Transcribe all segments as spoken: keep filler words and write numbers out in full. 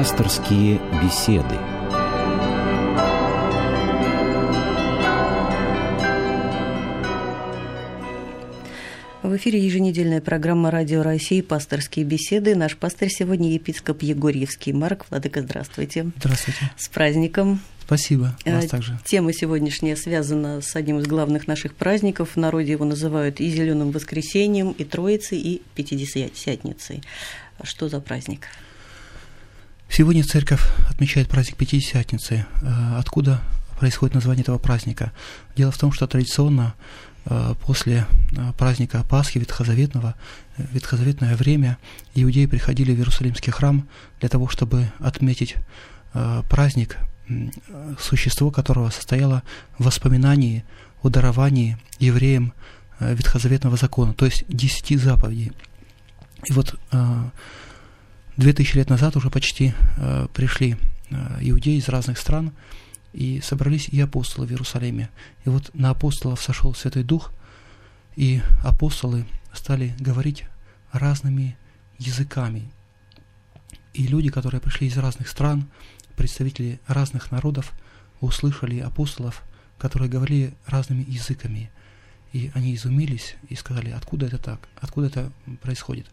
Пасторские беседы. В эфире еженедельная программа «Радио России» «Пасторские беседы». Наш пастор сегодня епископ Егорьевский Марк. Владыка, здравствуйте. Здравствуйте. С праздником. Спасибо. Вас также. Тема сегодняшняя связана с одним из главных наших праздников. В народе его называют и Зеленым воскресеньем, и Троицей, и Пятидесятницей. Что за праздник? Сегодня церковь отмечает праздник Пятидесятницы. Откуда происходит название этого праздника? Дело в том, что традиционно после праздника Пасхи ветхозаветного, ветхозаветное время иудеи приходили в Иерусалимский храм для того, чтобы отметить праздник, существо которого состояло в воспоминании о даровании евреям ветхозаветного закона, то есть десяти заповедей. И вот две тысячи лет назад уже почти пришли иудеи из разных стран, и собрались и апостолы в Иерусалиме. И вот на апостолов сошел Святой Дух, и апостолы стали говорить разными языками. И люди, которые пришли из разных стран, представители разных народов, услышали апостолов, которые говорили разными языками. И они изумились и сказали: откуда это так? Откуда это происходит?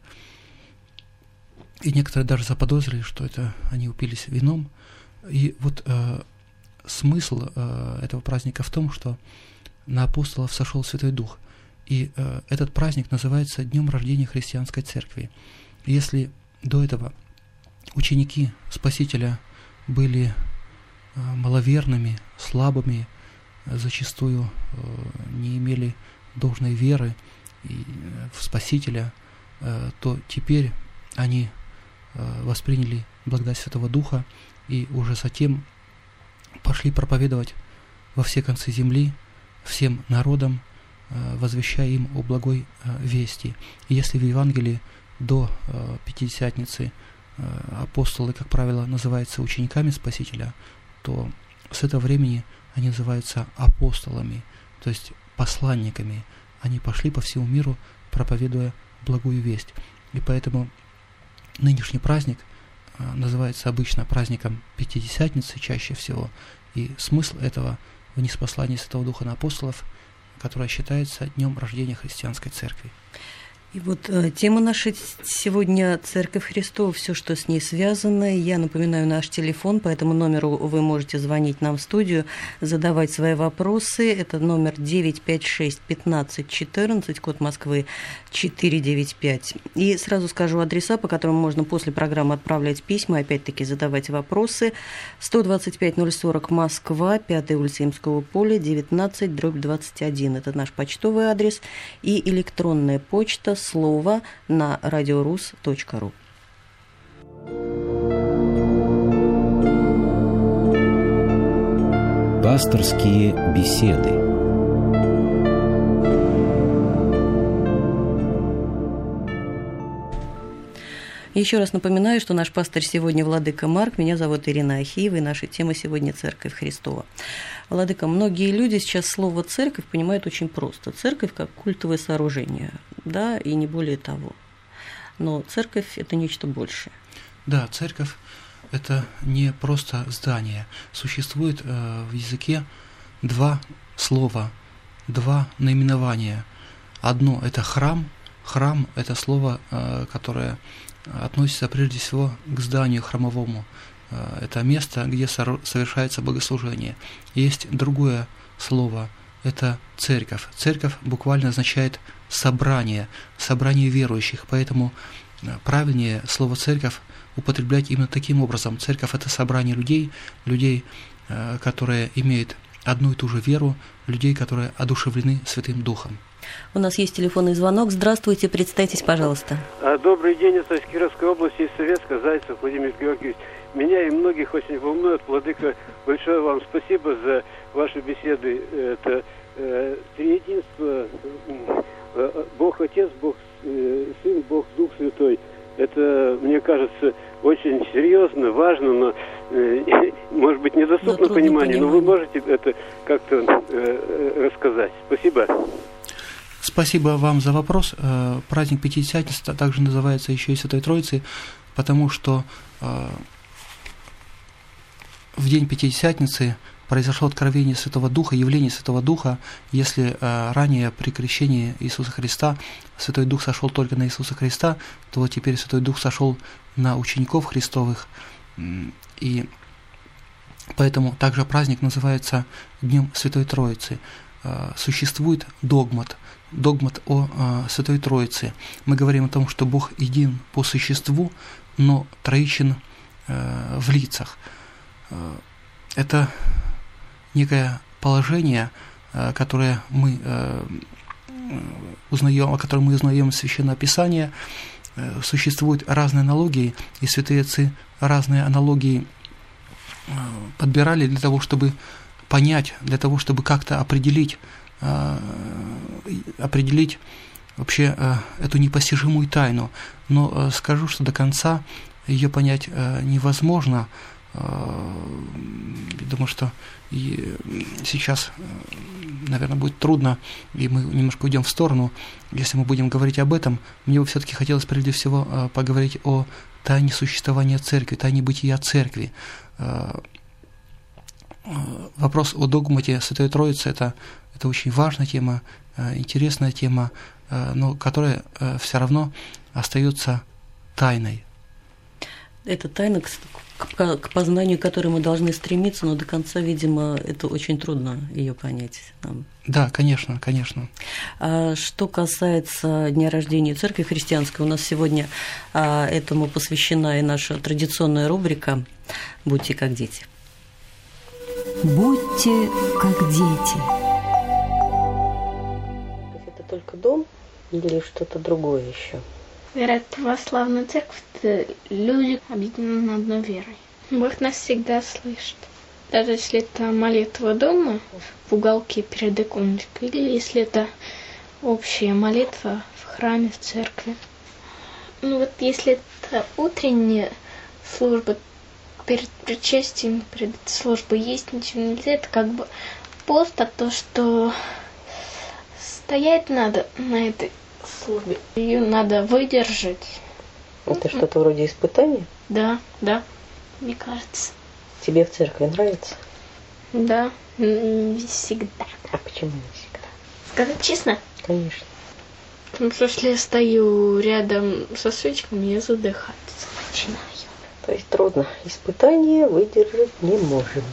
И некоторые даже заподозрили, что это они упились вином. И вот э, смысл э, этого праздника в том, что на апостолов сошел Святой Дух. И э, этот праздник называется Днем рождения христианской церкви. Если до этого ученики Спасителя были э, маловерными, слабыми, э, зачастую э, не имели должной веры и, э, в Спасителя, э, то теперь они э, восприняли благодать Святого Духа и уже затем пошли проповедовать во все концы земли, всем народам, возвещая им о благой вести. И если в Евангелии до Пятидесятницы апостолы, как правило, называются учениками Спасителя, то с этого времени они называются апостолами, то есть посланниками. Они пошли по всему миру, проповедуя благую весть. И поэтому нынешний праздник называется обычно праздником Пятидесятницы чаще всего, и смысл этого в ниспослании Святого Духа на апостолов, которое считается днем рождения христианской церкви. И вот э, тема наша сегодня – Церковь Христова, все, что с ней связано. Я напоминаю наш телефон, по этому номеру вы можете звонить нам в студию, задавать свои вопросы. Это номер девять пять шесть пятнадцать четырнадцать, код Москвы четыре девять пять. И сразу скажу адреса, по которым можно после программы отправлять письма, опять-таки задавать вопросы. сто двадцать пять ноль сорок Москва, пятая улица Имского поля, девятнадцать, дробь двадцать один. Это наш почтовый адрес и электронная почта слово на радиорус точка ру. Пасторские беседы. Еще раз напоминаю, что наш пастор сегодня Владыка Марк, меня зовут Ирина Ахиева, и наша тема сегодня Церковь Христова. Владыка, многие люди сейчас слово «церковь» понимают очень просто. Церковь как культовое сооружение, да, и не более того. Но церковь – это нечто большее. Да, церковь – это не просто здание. Существует э, в языке два слова, два наименования. Одно – это храм. Храм – это слово, э, которое относится прежде всего к зданию храмовому. Это место, где совершается богослужение. Есть другое слово – это церковь. Церковь буквально означает собрание, собрание верующих, поэтому правильнее слово «церковь» употреблять именно таким образом. Церковь – это собрание людей, людей, которые имеют одну и ту же веру, людей, которые одушевлены Святым Духом. У нас есть телефонный звонок. Здравствуйте, представьтесь, пожалуйста. Добрый день, это из Кировской области, из Советска, Зайцев Владимир Георгиевич. Меня и многих очень волнует, Владыка, большое вам спасибо за ваши беседы. Это э, триединство, э, Бог Отец, Бог э, Сын, Бог Дух Святой. Это, мне кажется, очень серьезно, важно, но, э, может быть, недоступно но пониманию, но вы можете это как-то э, рассказать. Спасибо. Спасибо вам за вопрос. Праздник Пятидесятницы также называется еще и Святой Троицы, потому что в день Пятидесятницы произошло откровение Святого Духа, явление Святого Духа. Если э, ранее при крещении Иисуса Христа Святой Дух сошел только на Иисуса Христа, то вот теперь Святой Дух сошел на учеников Христовых. И поэтому также праздник называется Днем Святой Троицы. Э, существует догмат, догмат о э, Святой Троице. Мы говорим о том, что Бог един по существу, но троичен э, в лицах. Э, это некое положение, которое мы узнаем, о котором мы узнаем из Священного Писания. Существуют разные аналогии, и святые отцы разные аналогии подбирали для того, чтобы понять, для того, чтобы как-то определить, определить вообще эту непостижимую тайну. Но скажу, что до конца ее понять невозможно. Думаю, что и сейчас, наверное, будет трудно, и мы немножко уйдем в сторону, если мы будем говорить об этом. Мне бы все-таки хотелось прежде всего поговорить о тайне существования Церкви, тайне бытия Церкви. Вопрос о догмате Святой Троицы – это, это очень важная тема, интересная тема, но которая все равно остается тайной. Это тайна, к, к, к познанию которой мы должны стремиться, но до конца, видимо, это очень трудно ее понять нам. Да, конечно, конечно. А что касается Дня рождения Церкви Христианской, у нас сегодня а, этому посвящена и наша традиционная рубрика «Будьте как дети». Будьте как дети. Это только дом или что-то другое еще? Говорят, православная церковь – это люди, объединены одной верой. Бог нас всегда слышит. Даже если это молитва дома в уголке перед иконочкой, или если это общая молитва в храме, в церкви. Ну вот если это утренняя служба, перед причастием, перед этой службой есть ничего нельзя, это как бы пост, а то, что стоять надо на этой службе. Ее надо выдержать. Это что-то вроде испытания? Да, да, мне кажется. Тебе в церкви нравится? Да, не всегда. А почему не всегда? Сказать честно? Конечно. Потому что если я стою рядом со свечками, я задыхаться начинаю. То есть трудно. Испытания выдержать не можем.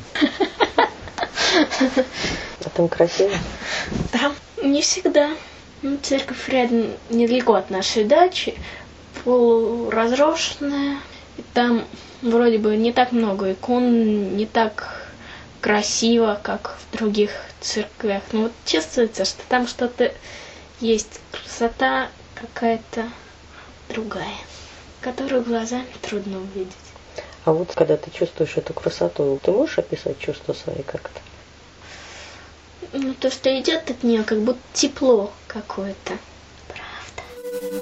А там красиво? Да, не всегда. Ну, церковь рядом, недалеко от нашей дачи, полуразрушенная. И там вроде бы не так много икон, не так красиво, как в других церквях. Но вот чувствуется, что там что-то есть, красота какая-то другая, которую глазами трудно увидеть. А вот когда ты чувствуешь эту красоту, ты можешь описать чувства свои как-то? Ну, то, что идет от нее, как будто тепло какое-то. Правда.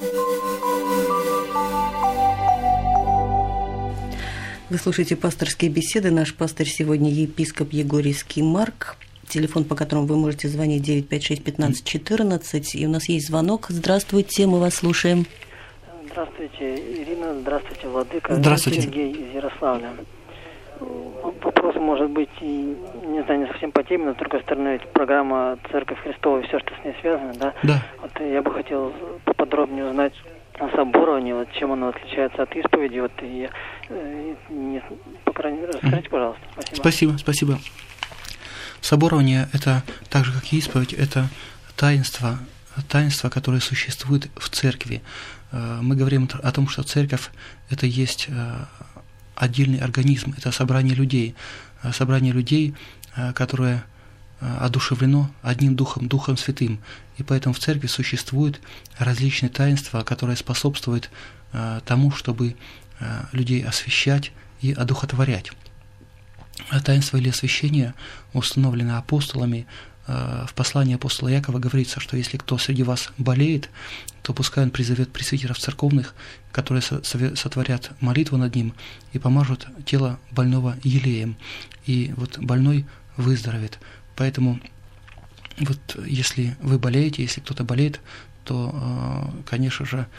Вы слушаете пасторские беседы. Наш пастор сегодня епископ Егорийский Марк. Телефон, по которому вы можете звонить, девять пять шесть пятнадцать четырнадцать. И у нас есть звонок. Здравствуйте, мы вас слушаем. Здравствуйте, Ирина. Здравствуйте, Владыка. Здравствуйте. Сергей из Ярославля. Вопрос может быть, и, не знаю, не совсем по теме, но с другой стороны, ведь программа «Церковь Христова» и все, что с ней связано, да? Да. Вот я бы хотел поподробнее узнать о соборовании, вот чем оно отличается от исповеди, вот и, и не, по крайней мере, расскажите, пожалуйста. Спасибо. Спасибо, спасибо. Соборование – это, так же, как и исповедь, это таинство, таинство, которое существует в церкви. Мы говорим о том, что церковь – это есть отдельный организм, это собрание людей, собрание людей, которое одушевлено одним Духом, Духом Святым. И поэтому в церкви существуют различные таинства, которые способствуют тому, чтобы людей освящать и одухотворять. Таинство или освящение установлено апостолами. В послании апостола Якова говорится, что если кто среди вас болеет, то пускай он призовет пресвитеров церковных, которые сотворят молитву над ним и помажут тело больного елеем, и вот больной выздоровеет. Поэтому вот если вы болеете, если кто-то болеет, то, конечно же,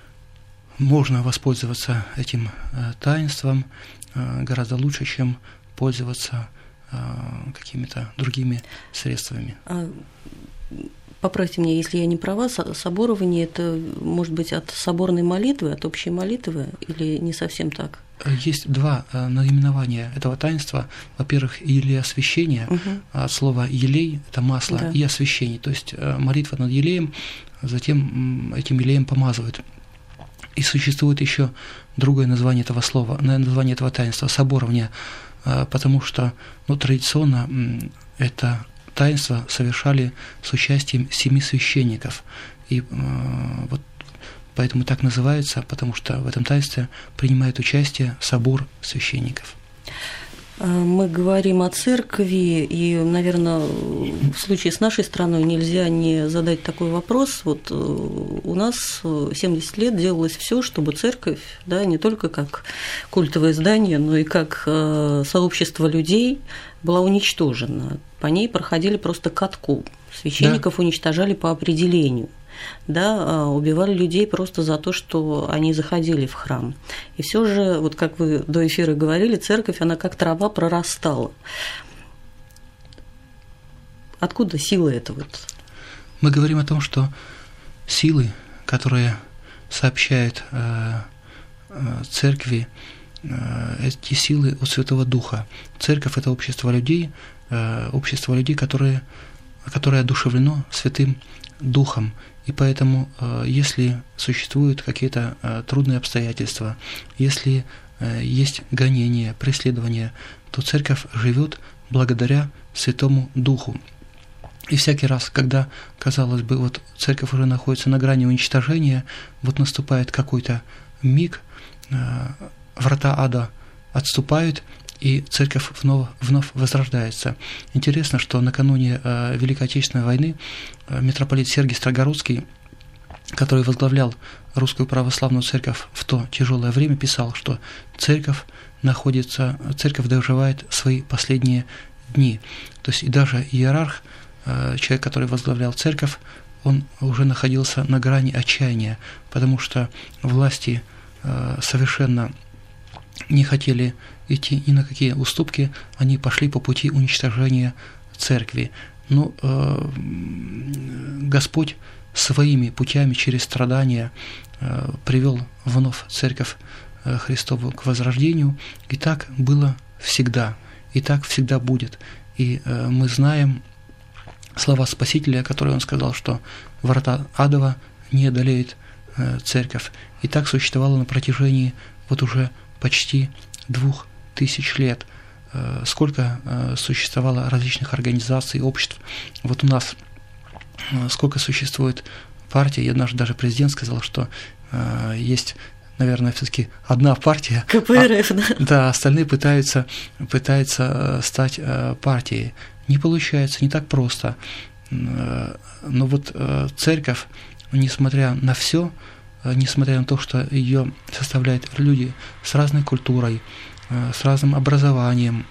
можно воспользоваться этим таинством гораздо лучше, чем пользоваться какими-то другими средствами. Поправьте меня, если я не права, соборование – это, может быть, от соборной молитвы, от общей молитвы, или не совсем так? Есть два наименования этого таинства. Во-первых, елеосвящение, угу. от слова елей – это масло, да. и освящение, то есть молитва над елеем, затем этим елеем помазывают. И существует еще другое название этого слова, название этого таинства – соборование, потому что ну, традиционно это таинство совершали с участием семи священников. И э, вот поэтому так называется, потому что в этом таинстве принимает участие собор священников. Мы говорим о церкви, и, наверное, в случае с нашей страной нельзя не задать такой вопрос. Вот у нас семьдесят лет делалось все, чтобы церковь, да, не только как культовое здание, но и как сообщество людей была уничтожена. По ней проходили просто катку. Священников да. уничтожали по определению. Да, убивали людей просто за то, что они заходили в храм. И все же, вот как вы до эфира говорили, церковь, она как трава прорастала. Откуда сила эта вот? Мы говорим о том, что силы, которые сообщают э, э, церкви, э, эти силы от Святого Духа. Церковь – это общество людей, э, общество людей, которые, которое одушевлено Святым Духом. И поэтому, если существуют какие-то трудные обстоятельства, если есть гонения, преследования, то церковь живет благодаря Святому Духу. И всякий раз, когда, казалось бы, вот церковь уже находится на грани уничтожения, вот наступает какой-то миг, врата ада отступают, и церковь вновь, вновь возрождается. Интересно, что накануне э, Великой Отечественной войны э, митрополит Сергий Строгородский, который возглавлял Русскую Православную Церковь в то тяжелое время, писал, что церковь находится, церковь доживает свои последние дни. То есть и даже иерарх, э, человек, который возглавлял церковь, он уже находился на грани отчаяния, потому что власти э, совершенно не хотели идти ни на какие уступки, они пошли по пути уничтожения церкви. Но э, Господь своими путями через страдания э, привел вновь церковь э, Христову к возрождению, и так было всегда, и так всегда будет. И э, мы знаем слова Спасителя, которые он сказал, что врата адова не одолеет э, церковь. И так существовало на протяжении вот уже почти двух тысяч лет. Сколько существовало различных организаций, обществ. Вот у нас сколько существует партий. И однажды даже президент сказал, что есть, наверное, все-таки одна партия. ка пэ эр эф, а, да? Да, остальные пытаются, пытаются стать партией. Не получается, не так просто. Но вот церковь, несмотря на все, несмотря на то, что ее составляют люди с разной культурой, с разным образованием,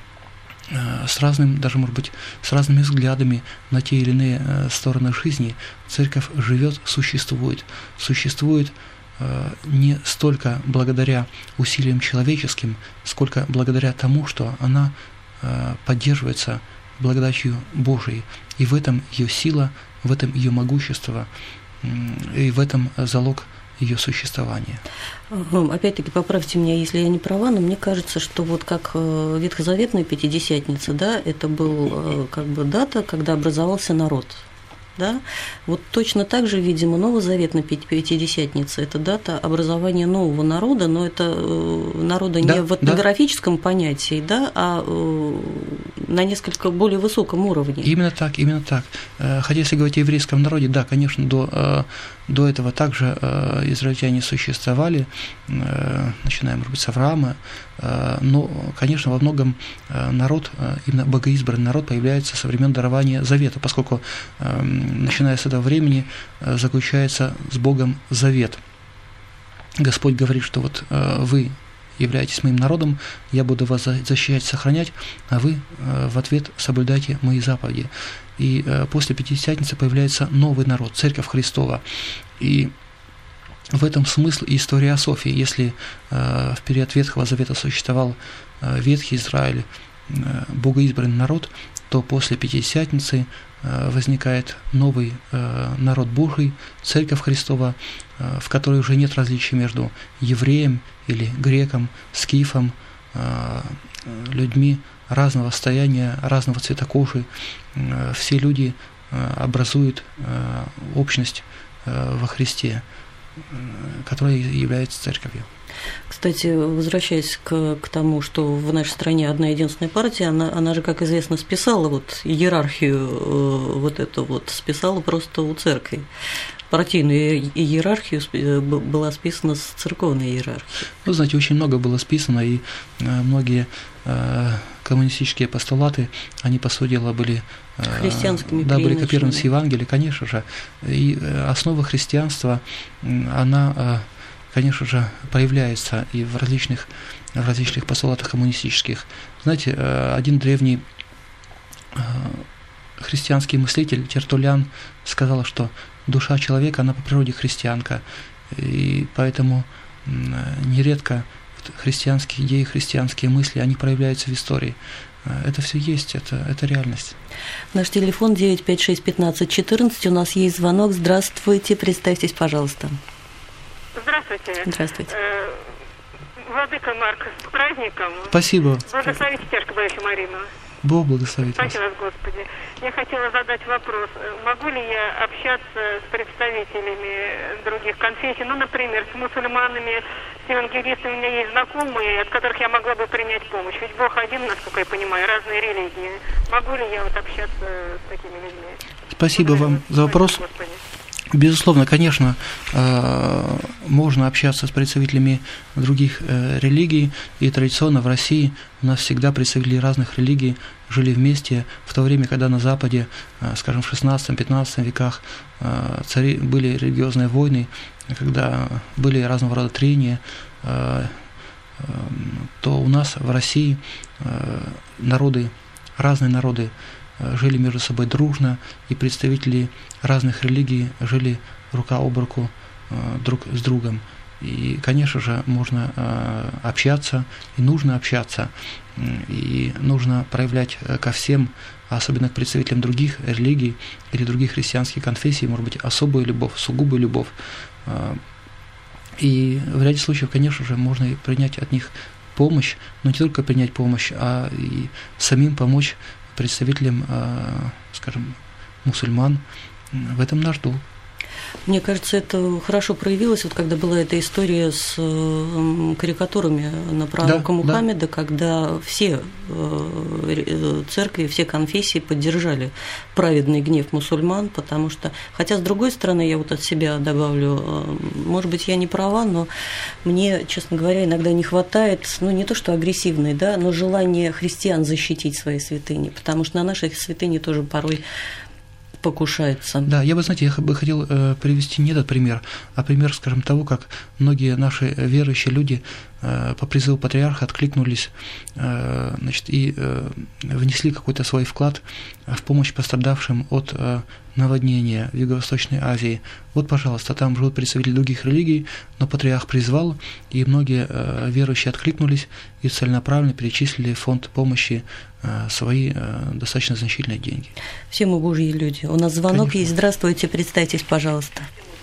с разным, даже, может быть, с разными взглядами на те или иные стороны жизни, церковь живет, существует. Существует не столько благодаря усилиям человеческим, сколько благодаря тому, что она поддерживается благодатью Божией. И в этом ее сила, в этом ее могущество, и в этом залог ее существования. Опять-таки, поправьте меня, если я не права, но мне кажется, что вот как ветхозаветная Пятидесятница, да, это был как бы дата, когда образовался народ. Да? Вот точно так же, видимо, новозаветная Пятидесятница – это дата образования нового народа, но это народа да, не в этнографическом да. понятии, да, а на несколько более высоком уровне. Именно так, именно так. Хотя если говорить о еврейском народе, да, конечно, до, до этого также израильтяне существовали, начиная, может быть, с Авраама, но, конечно, во многом народ, именно богоизбранный народ, появляется со времен дарования завета, поскольку, начиная с этого времени, заключается с Богом завет. Господь говорит, что вот вы являетесь моим народом, я буду вас защищать, сохранять, а вы в ответ соблюдайте мои заповеди. И после Пятидесятницы появляется новый народ, Церковь Христова. И в этом смысл и историософии. Если э, в период Ветхого Завета существовал э, Ветхий Израиль, э, богоизбранный народ, то после Пятидесятницы э, возникает новый э, народ Божий, Церковь Христова, э, в которой уже нет различий между евреем или греком, скифом, э, людьми разного состояния, разного цвета кожи. Э, все люди э, образуют э, общность э, во Христе, которая является церковью. Кстати, возвращаясь к, к тому, что в нашей стране одна единственная партия, она, она же, как известно, списала вот иерархию, вот эту вот, списала просто у церкви. Партийную иерархию была списана с церковной иерархией. Ну, знаете, очень много было списано, и многие коммунистические постулаты, они, по сути дела, были христианскими, да, были копированы с Евангелия, конечно же. И основа христианства, она, конечно же, проявляется и в различных, в различных постулатах коммунистических. Знаете, один древний христианский мыслитель Тертуллян сказал, что душа человека, она по природе христианка, и поэтому нередко христианские идеи, христианские мысли, они проявляются в истории. Это все есть, это, это реальность. Наш телефон девять пять шесть пятнадцать четырнадцать. У нас есть звонок. Здравствуйте, представьтесь, пожалуйста. Здравствуйте. Здравствуйте. Владыка Марк, с праздником. Спасибо. Благословите тяжко боящую Марину. Бог благословит вас. Спасибо вас, Господи. Я хотела задать вопрос. Могу ли я общаться с представителями других конфессий? Ну, например, с мусульманами, с евангелистами. У меня есть знакомые, от которых я могла бы принять помощь. Ведь Бог один, насколько я понимаю, разные религии. Могу ли я вот общаться с такими людьми? Спасибо вам за вопрос. Господи. Безусловно, конечно, можно общаться с представителями других религий, и традиционно в России у нас всегда представители разных религий жили вместе, в то время, когда на Западе, скажем, в шестнадцатом-пятнадцатом веках цари, были религиозные войны, когда были разного рода трения, то у нас в России народы, разные народы жили между собой дружно, и представители разных религий жили рука об руку друг с другом. И, конечно же, можно общаться, и нужно общаться, и нужно проявлять ко всем, особенно к представителям других религий или других христианских конфессий, может быть, особую любовь, сугубую любовь. И в ряде случаев, конечно же, можно и принять от них помощь, но не только принять помощь, а и самим помочь представителям, скажем, мусульман. В этом наш долг. Мне кажется, это хорошо проявилось, вот когда была эта история с карикатурами на пророка да, Мухаммеда, да. Когда все церкви, все конфессии поддержали праведный гнев мусульман, потому что, хотя, с другой стороны, я вот от себя добавлю, может быть, я не права, но мне, честно говоря, иногда не хватает, ну, не то что агрессивной, да, но желания христиан защитить свои святыни, потому что на наши святыни тоже порой покушается. Да, я бы, знаете, я бы хотел э, привести не этот пример, а пример, скажем, того, как многие наши верующие люди э, по призыву патриарха откликнулись э, значит, и э, внесли какой-то свой вклад в помощь пострадавшим от э, наводнения в Юго-Восточной Азии. Вот, пожалуйста, там живут представители других религий, но патриарх призвал, и многие э, верующие откликнулись и целенаправленно перечислили в фонд помощи э, свои э, достаточно значительные деньги. Все мы Божьи люди. У нас звонок Конечно. есть. Здравствуйте, представьтесь, пожалуйста.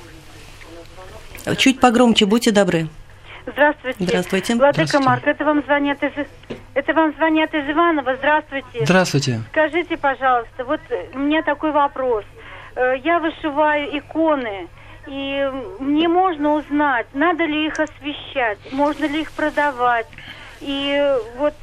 Чуть погромче, будьте добры. Здравствуйте. Здравствуйте. Владыка Марк, это вам звонят из это вам звонят из Иваново. Здравствуйте. Здравствуйте. Скажите, пожалуйста, вот у меня такой вопрос. Я вышиваю иконы, и мне можно узнать, надо ли их освещать, можно ли их продавать, и вот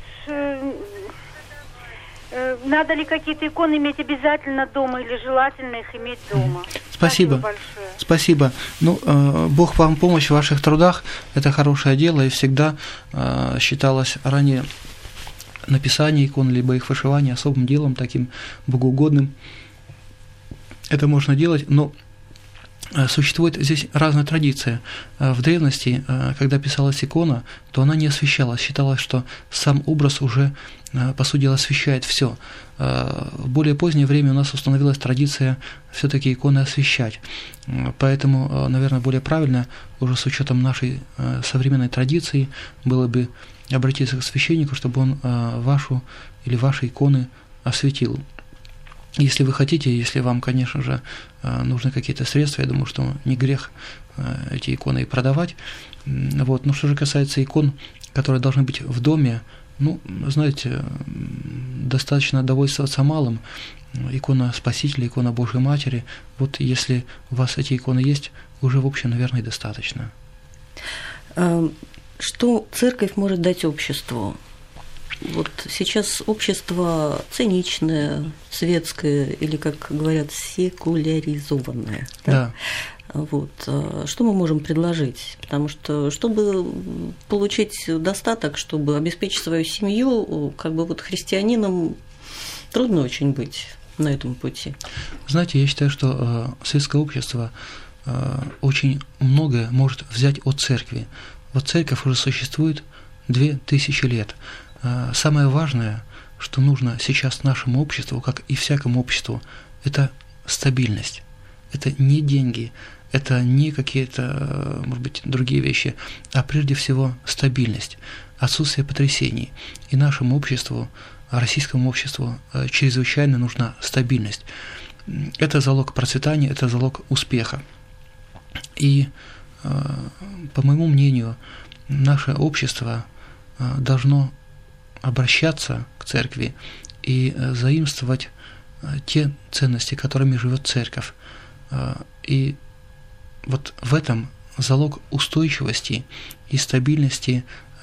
надо ли какие-то иконы иметь обязательно дома или желательно их иметь дома? Спасибо. Спасибо большое. Спасибо. Ну, э, Бог вам помощь в ваших трудах. Это хорошее дело, и всегда э, считалось ранее написание икон, либо их вышивание особым делом, таким богоугодным. Это можно делать, но существует здесь разная традиция. В древности, когда писалась икона, то она не освещалась. Считалось, что сам образ уже по сути дела, освещает все. В более позднее время у нас установилась традиция все-таки иконы освещать. Поэтому, наверное, более правильно, уже с учетом нашей современной традиции, было бы обратиться к священнику, чтобы он вашу или ваши иконы осветил. Если вы хотите, если вам, конечно же, нужны какие-то средства, я думаю, что не грех эти иконы и продавать. Вот. Но что же касается икон, которые должны быть в доме, ну, знаете, достаточно довольствоваться малым. Икона Спасителя, икона Божьей Матери. Вот если у вас эти иконы есть, уже, в общем, наверное, достаточно. Что церковь может дать обществу? Вот сейчас общество циничное, светское или, как говорят, секуляризованное. Да? Да. Вот. Что мы можем предложить? Потому что, чтобы получить достаток, чтобы обеспечить свою семью, как бы вот христианином трудно очень быть на этом пути. Знаете, я считаю, что э, светское общество э, очень многое может взять от церкви. Вот церковь уже существует две тысячи лет. Э, самое важное, что нужно сейчас нашему обществу, как и всякому обществу, это стабильность. Это не деньги, это не какие-то, может быть, другие вещи, а прежде всего стабильность, отсутствие потрясений. И нашему обществу, российскому обществу чрезвычайно нужна стабильность. Это залог процветания, это залог успеха. И, по моему мнению, наше общество должно обращаться к церкви и заимствовать те ценности, которыми живет церковь. И вот в этом залог устойчивости и стабильности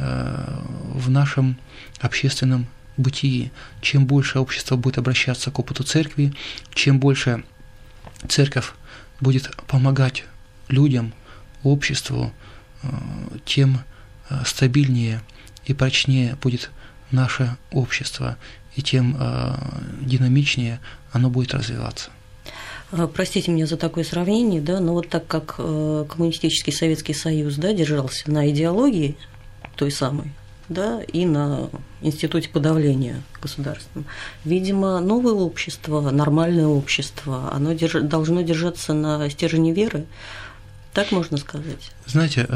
в нашем общественном бытии. Чем больше общество будет обращаться к опыту церкви, чем больше церковь будет помогать людям, обществу, тем стабильнее и прочнее будет наше общество, и тем динамичнее оно будет развиваться. Простите меня за такое сравнение, да, но вот так как коммунистический Советский Союз, да, держался на идеологии той самой, да, и на институте подавления государственном, видимо, новое общество, нормальное общество, оно держ... должно держаться на стержне веры, так можно сказать? Знаете,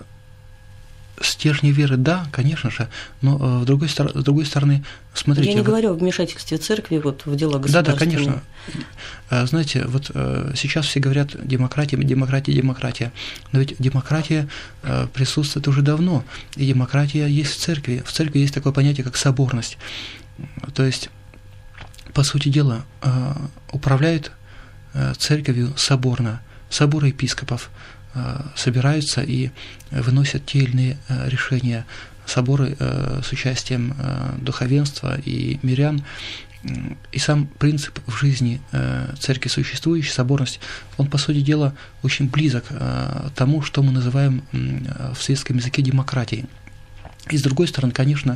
стержни веры, да, конечно же, но с другой, с другой стороны, смотрите... Я не вот... говорю о вмешательстве церкви вот, в дела государственные. Да, да, конечно. Знаете, вот сейчас все говорят демократия, демократия, демократия, но ведь демократия присутствует уже давно, и демократия есть в церкви. В церкви есть такое понятие, как соборность. То есть, по сути дела, управляет церковью соборно, собор епископов, собираются и выносят те или иные решения, соборы с участием духовенства и мирян. И сам принцип в жизни церкви существующей, соборность, он, по сути дела, очень близок к тому, что мы называем в светском языке демократией. И с другой стороны, конечно,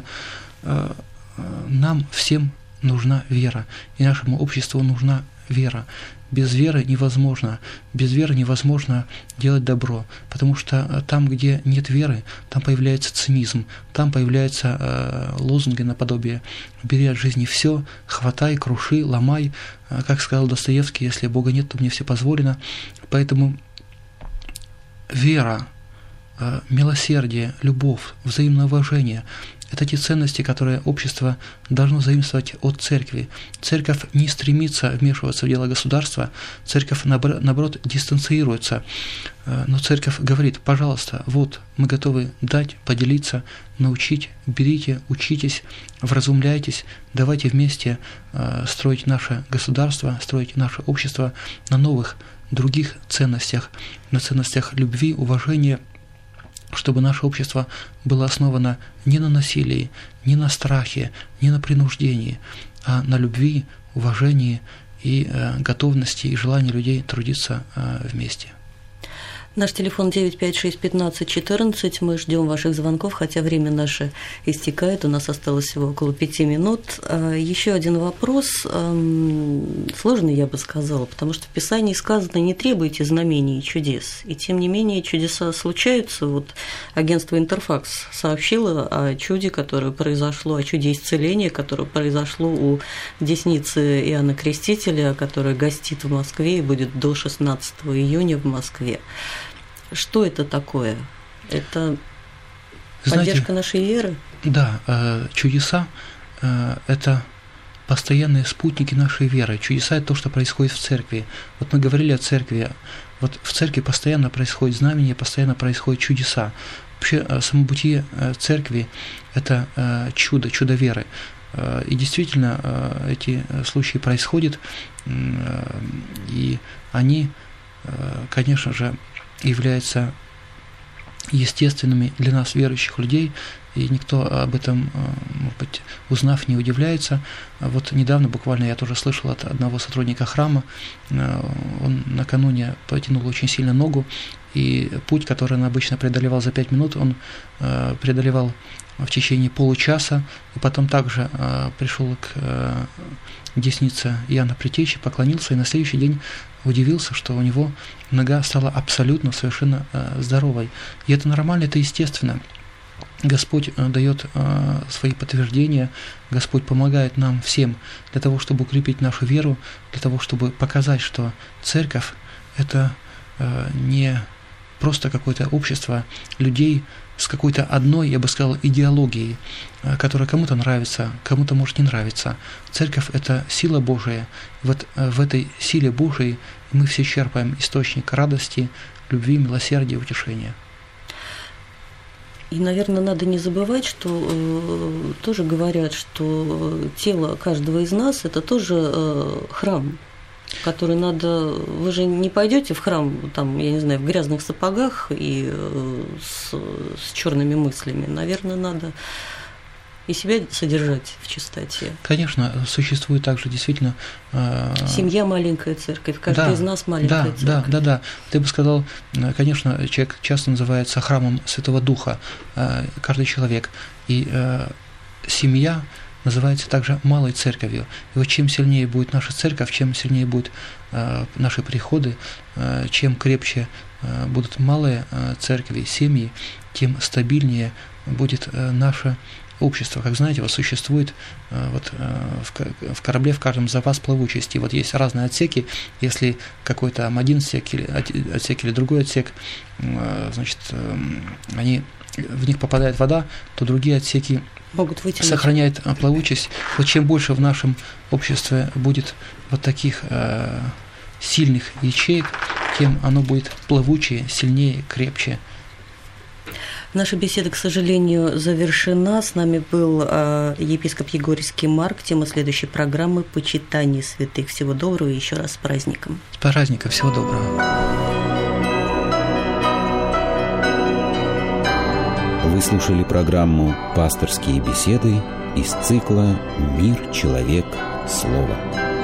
нам всем нужна вера, и нашему обществу нужна вера. Без веры невозможно, без веры невозможно делать добро, потому что там, где нет веры, там появляется цинизм, там появляются э, лозунги наподобие «бери от жизни все, хватай, круши, ломай», как сказал Достоевский, «если Бога нет, то мне все позволено». Поэтому вера, э, милосердие, любовь, взаимное уважение – это те ценности, которые общество должно заимствовать от церкви. Церковь не стремится вмешиваться в дела государства, церковь, наоборот, дистанцируется. Но церковь говорит: пожалуйста, вот мы готовы дать, поделиться, научить, берите, учитесь, вразумляйтесь, давайте вместе строить наше государство, строить наше общество на новых, других ценностях, на ценностях любви, уважения, чтобы наше общество было основано не на насилии, не на страхе, не на принуждении, а на любви, уважении и э, готовности и желании людей трудиться э, вместе. Наш телефон девять пять шесть пятнадцать четырнадцать. Мы ждем ваших звонков, хотя время наше истекает. У нас осталось всего около пяти минут. Еще один вопрос, сложный, я бы сказала, потому что в Писании сказано: не требуйте знамений и чудес. И тем не менее чудеса случаются. Вот агентство Интерфакс сообщило о чуде, которое произошло, о чуде исцеления, которое произошло у десницы Иоанна Крестителя, которая гостит в Москве и будет до шестнадцатого июня в Москве. Что это такое? Это Знаете, поддержка нашей веры? Да, чудеса – это постоянные спутники нашей веры. Чудеса – это то, что происходит в церкви. Вот мы говорили о церкви. Вот в церкви постоянно происходят знамения, постоянно происходят чудеса. Вообще, самобытие церкви – это чудо, чудо веры. И действительно, эти случаи происходят, и они, конечно же, являются естественными для нас, верующих людей, и никто об этом, может быть, узнав, не удивляется. Вот недавно буквально я тоже слышал от одного сотрудника храма, он накануне потянул очень сильно ногу, и путь, который он обычно преодолевал за пять минут, он преодолевал в течение получаса, и потом также пришел к деснице Иоанна Предтечи, поклонился, и на следующий день удивился, что у него нога стала абсолютно, совершенно здоровой. И это нормально, это естественно. Господь дает свои подтверждения, Господь помогает нам всем для того, чтобы укрепить нашу веру, для того, чтобы показать, что церковь – это не просто какое-то общество людей с какой-то одной, я бы сказал, идеологией, которая кому-то нравится, кому-то может не нравиться. Церковь – это сила Божия. Вот в этой силе Божией мы все черпаем источник радости, любви, милосердия, утешения. И, наверное, надо не забывать, что э, тоже говорят, что тело каждого из нас – это тоже э, храм, который надо… Вы же не пойдете в храм, там, я не знаю, в грязных сапогах и э, с, с черными мыслями. Наверное, надо и себя содержать в чистоте. Конечно, существует также действительно… Э, Семья – маленькая церковь, каждый да, из нас – маленькая да, церковь. Да, да, да. Ты бы сказал, конечно, человек часто называется храмом Святого Духа, э, каждый человек. И э, семья называется также малой церковью. И вот чем сильнее будет наша церковь, чем сильнее будут э, наши приходы, э, чем крепче э, будут малые э, церкви, семьи, тем стабильнее будет э, наше общество. Как знаете, вот существует э, вот, э, в, в корабле в каждом запас плавучести. Вот есть разные отсеки. Если какой-то там один отсек или, отсек или другой отсек, э, значит, э, они, в них попадает вода, то другие отсеки могут сохраняют плавучесть. Вот чем больше в нашем обществе будет вот таких э, сильных ячеек, тем оно будет плавучее, сильнее, крепче. Наша беседа, к сожалению, завершена. С нами был э, епископ Егорьский Марк. Тема следующей программы – «Почитание святых». Всего доброго и еще раз с праздником. С праздником. Всего доброго. Вы слушали программу «Пасторские беседы» из цикла «Мир, человек, слово».